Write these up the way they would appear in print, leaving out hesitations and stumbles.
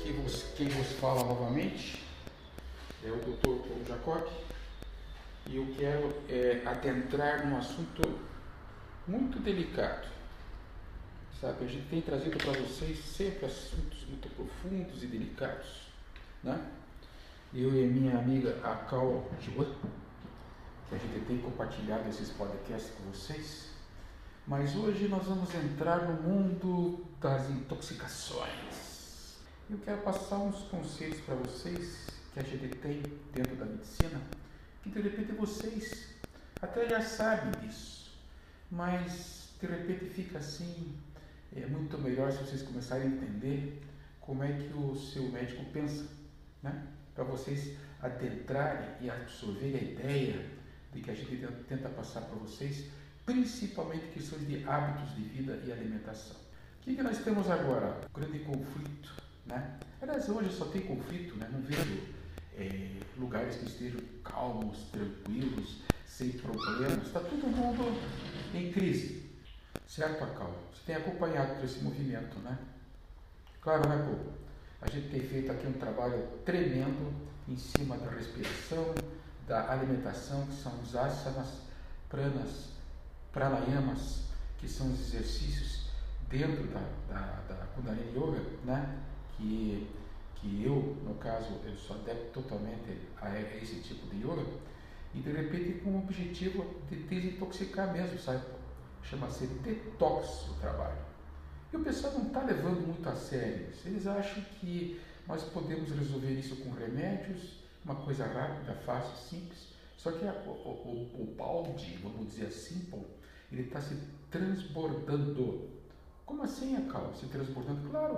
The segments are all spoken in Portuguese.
Quem vos fala novamente é o Dr. Paulo Jacob, e eu quero adentrar num assunto muito delicado. Sabe, a gente tem trazido para vocês sempre assuntos muito profundos e delicados, né? Eu e a minha amiga a Cal Joa, que a gente tem compartilhado esses podcasts com vocês, mas hoje nós vamos entrar no mundo das intoxicações. Eu quero passar uns conceitos para vocês que a gente tem dentro da medicina, que de repente vocês até já sabem disso, mas de repente fica assim, é muito melhor se vocês começarem a entender como é que o seu médico pensa, né? Para vocês adentrarem e absorverem a ideia de que a gente tenta passar para vocês, principalmente questões de hábitos de vida e alimentação. O que nós temos agora? Um grande conflito, né? Aliás, hoje só tem conflito, né? Não vejo lugares que estejam calmos, tranquilos, sem problemas. Está todo mundo em crise. Certo, Acau? Você tem acompanhado esse movimento, né? Claro, né, pô? A gente tem feito aqui um trabalho tremendo em cima da respiração, da alimentação, que são os asanas, pranas, pranayamas, que são os exercícios dentro da Kundalini Yoga, né? Que eu, no caso, eu sou adepto totalmente a esse tipo de yoga, e de repente com o objetivo de desintoxicar mesmo, sabe? Chama-se detox o trabalho. E o pessoal não está levando muito a sério. Eles acham que nós podemos resolver isso com remédios, uma coisa rápida, fácil, simples. Só que o balde, vamos dizer assim, ele está se transbordando. Como assim, Acau? Se transbordando? Claro,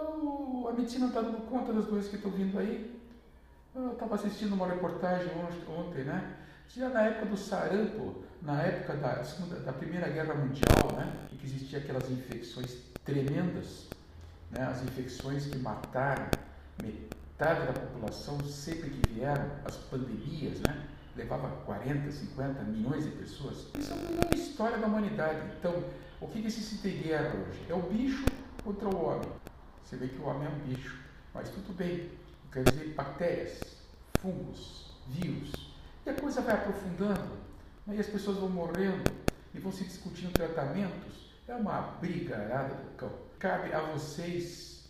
a medicina não está dando conta das doenças que estão vindo aí. Eu estava assistindo uma reportagem ontem, né? Já na época do sarampo, na época da Primeira Guerra Mundial, né? Em que existiam aquelas infecções tremendas, né? As infecções que mataram metade da população sempre que vieram, as pandemias, né? Levava 40, 50 milhões de pessoas. Isso é a história da humanidade. Então, o que se tem guerra hoje? É o bicho contra o homem. Você vê que o homem é um bicho, mas tudo bem. Quer dizer, bactérias, fungos, vírus. E a coisa vai aprofundando, né? E as pessoas vão morrendo e vão se discutindo tratamentos. É uma brigarada do cão. Cabe a vocês,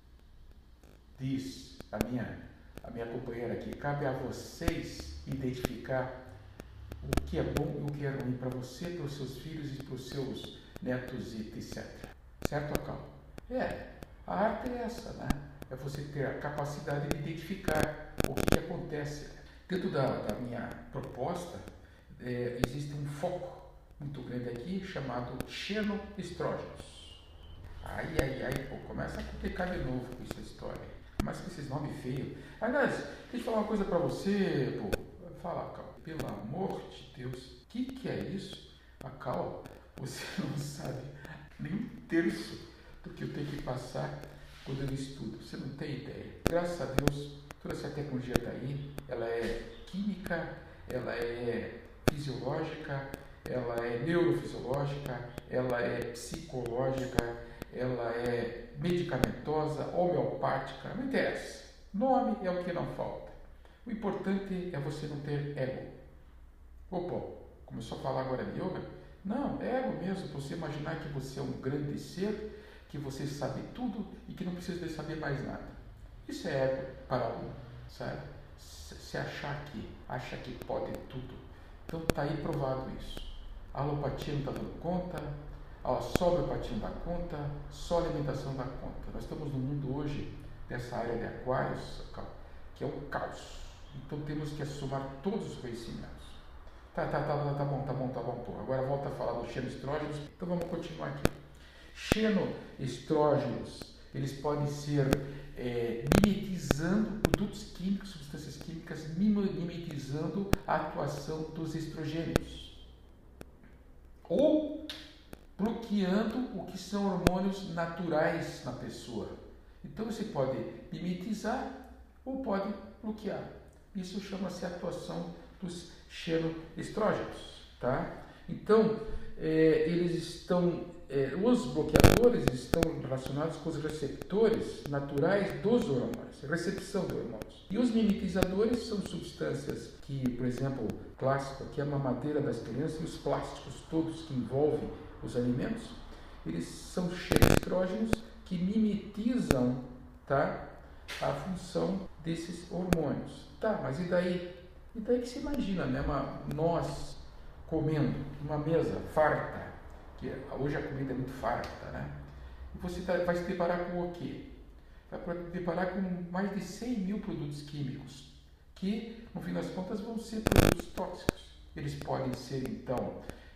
diz a minha companheira aqui, cabe a vocês identificar o que é bom e o que é ruim para você, para os seus filhos e para os seus netos e etc. Certo, Acau? A arte é essa, né? É você ter a capacidade de identificar o que acontece. Dentro da minha proposta, existe um foco muito grande aqui chamado xenoestrógenos. Começa a complicar de novo com essa história. Começa com esses nomes feios. Aliás, deixa eu falar uma coisa pra você, Fala, Acau. Pelo amor de Deus, o que é isso? Acau, você não sabe nem um terço do que eu tenho que passar quando eu estudo. Você não tem ideia. Graças a Deus, toda essa tecnologia está aí. Ela é química, ela é fisiológica, ela é neurofisiológica, ela é psicológica, ela é medicamentosa, homeopática, não interessa. Nome é o que não falta. O importante é você não ter ego. Começou a falar agora de yoga? Não, é ego mesmo, você imaginar que você é um grande ser, que você sabe tudo e que não precisa de saber mais nada. Isso é ego para um, sabe? Se acha que pode tudo. Então está aí provado isso. A alopatia não está dando conta, a sobreopatia não dá conta, só a alimentação dá conta. Nós estamos no mundo hoje dessa área de aquários, que é o caos. Então temos que assumir todos os conhecimentos. Tá bom. Agora volta a falar dos xenoestrógenos. Então vamos continuar aqui. Xenoestrógenos, eles podem ser mimetizando produtos químicos, substâncias químicas, mimetizando a atuação dos estrogênios. Ou bloqueando o que são hormônios naturais na pessoa. Então você pode mimetizar ou pode bloquear. Isso chama-se atuação dos xenoestrógenos, tá? Então, eles estão os bloqueadores estão relacionados com os receptores naturais dos hormônios, recepção de hormônios. E os mimetizadores são substâncias que, por exemplo, clássico aqui é a mamadeira das crianças e os plásticos todos que envolvem os alimentos, eles são cheios de estrógenos que mimetizam, tá, a função desses hormônios. Tá, mas e daí? E daí que se imagina, né, nós comendo uma mesa farta, que hoje a comida é muito farta, né? E você vai se deparar com o quê? Vai se deparar com mais de 100 mil produtos químicos, que, no fim das contas, vão ser produtos tóxicos. Eles podem ser, então,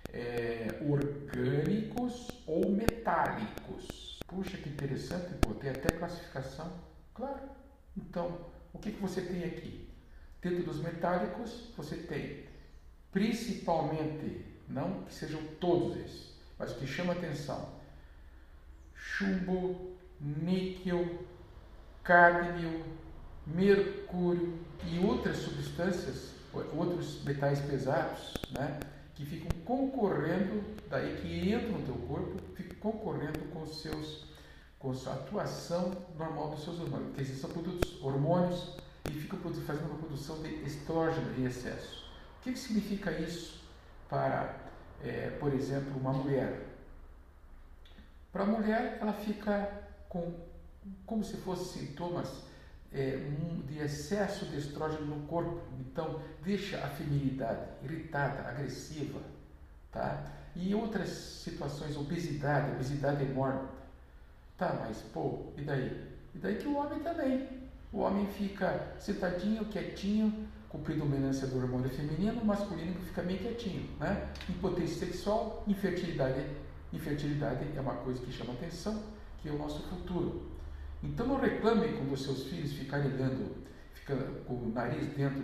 orgânicos ou metálicos. Puxa, que interessante, pô, tem até classificação. Claro. Então, o que você tem aqui? Dentro dos metálicos, você tem, principalmente, não que sejam todos esses, mas o que chama atenção: chumbo, níquel, cádmio, mercúrio e outras substâncias, outros metais pesados, né, que ficam concorrendo, daí que entram no teu corpo, ficam concorrendo com a atuação normal dos seus hormônios, porque esses são produtos, hormônios, e ficam fazendo uma produção de estrógeno em excesso. O que significa isso para, por exemplo, uma mulher? Para a mulher, ela fica como se fossem sintomas de excesso de estrógeno no corpo. Então, deixa a feminilidade irritada, agressiva, tá? E outras situações, obesidade enorme. Tá, mas, pô, e daí? E daí que o homem também. O homem fica sentadinho, quietinho, com predominância do hormônio feminino, o masculino que fica meio quietinho, né? Impotência sexual, infertilidade. Infertilidade é uma coisa que chama atenção, que é o nosso futuro. Então não reclame quando os seus filhos ficarem ficando com o nariz dentro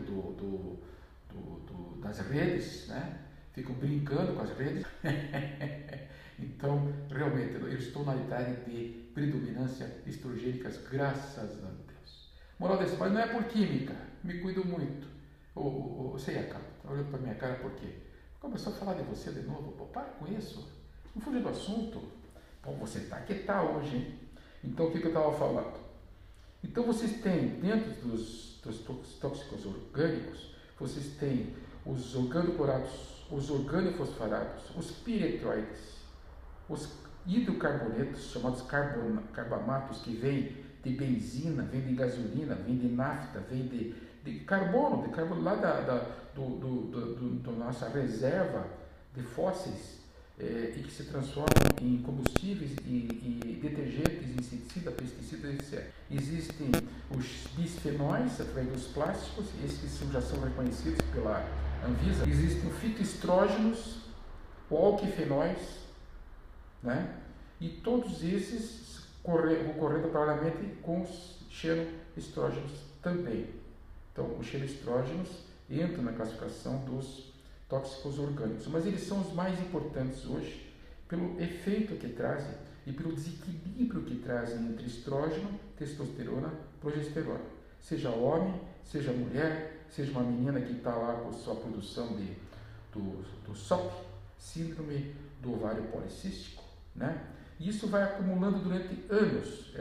das redes, né? Ficam brincando com as redes. Então, realmente, eu estou na idade de predominância estrogênicas, graças a Deus. Moral desse, mas não é por química, me cuido muito. Você acaba, está olhando para minha cara por quê? Começou a falar de você de novo, pô, para com isso, não fuja do assunto. Bom, você está que está hoje, hein? Então, o que eu estava falando? Então, vocês têm, dentro dos tóxicos orgânicos, vocês têm os organoclorados, os organofosforados, os piretroides, os hidrocarbonetos, chamados carbamatos, que vêm de benzina, vêm de gasolina, vêm de nafta, vêm de carbono lá da nossa reserva de fósseis, e que se transformam em combustíveis e detergentes, inseticida, pesticida, etc. Existem os bisfenóis, através dos plásticos, esses já são reconhecidos pela Anvisa. Existem fitoestrógenos, alquifenóis, né? E todos esses ocorrendo paralelamente com os xenoestrógenos também. Então, os xenoestrógenos entram na classificação dos tóxicos orgânicos, mas eles são os mais importantes hoje pelo efeito que trazem e pelo desequilíbrio que trazem entre estrógeno, testosterona, progesterona. Seja homem, seja mulher, seja uma menina que está lá com sua produção do SOP, síndrome do ovário policístico, né? E isso vai acumulando durante anos,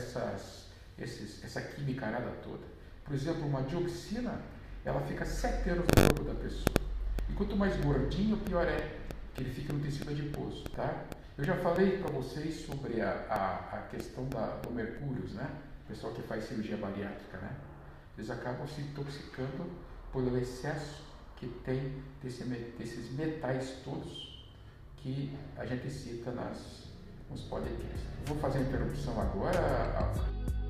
essa quimicarada toda. Por exemplo, uma dioxina, ela fica 7 anos no corpo da pessoa. E quanto mais gordinho, pior é, que ele fica no tecido adiposo, tá? Eu já falei para vocês sobre a questão do mercúrio, né? O pessoal que faz cirurgia bariátrica, né? Eles acabam se intoxicando pelo excesso que tem desses metais todos que a gente cita nos podcasts. Vou fazer a interrupção agora, Alfa.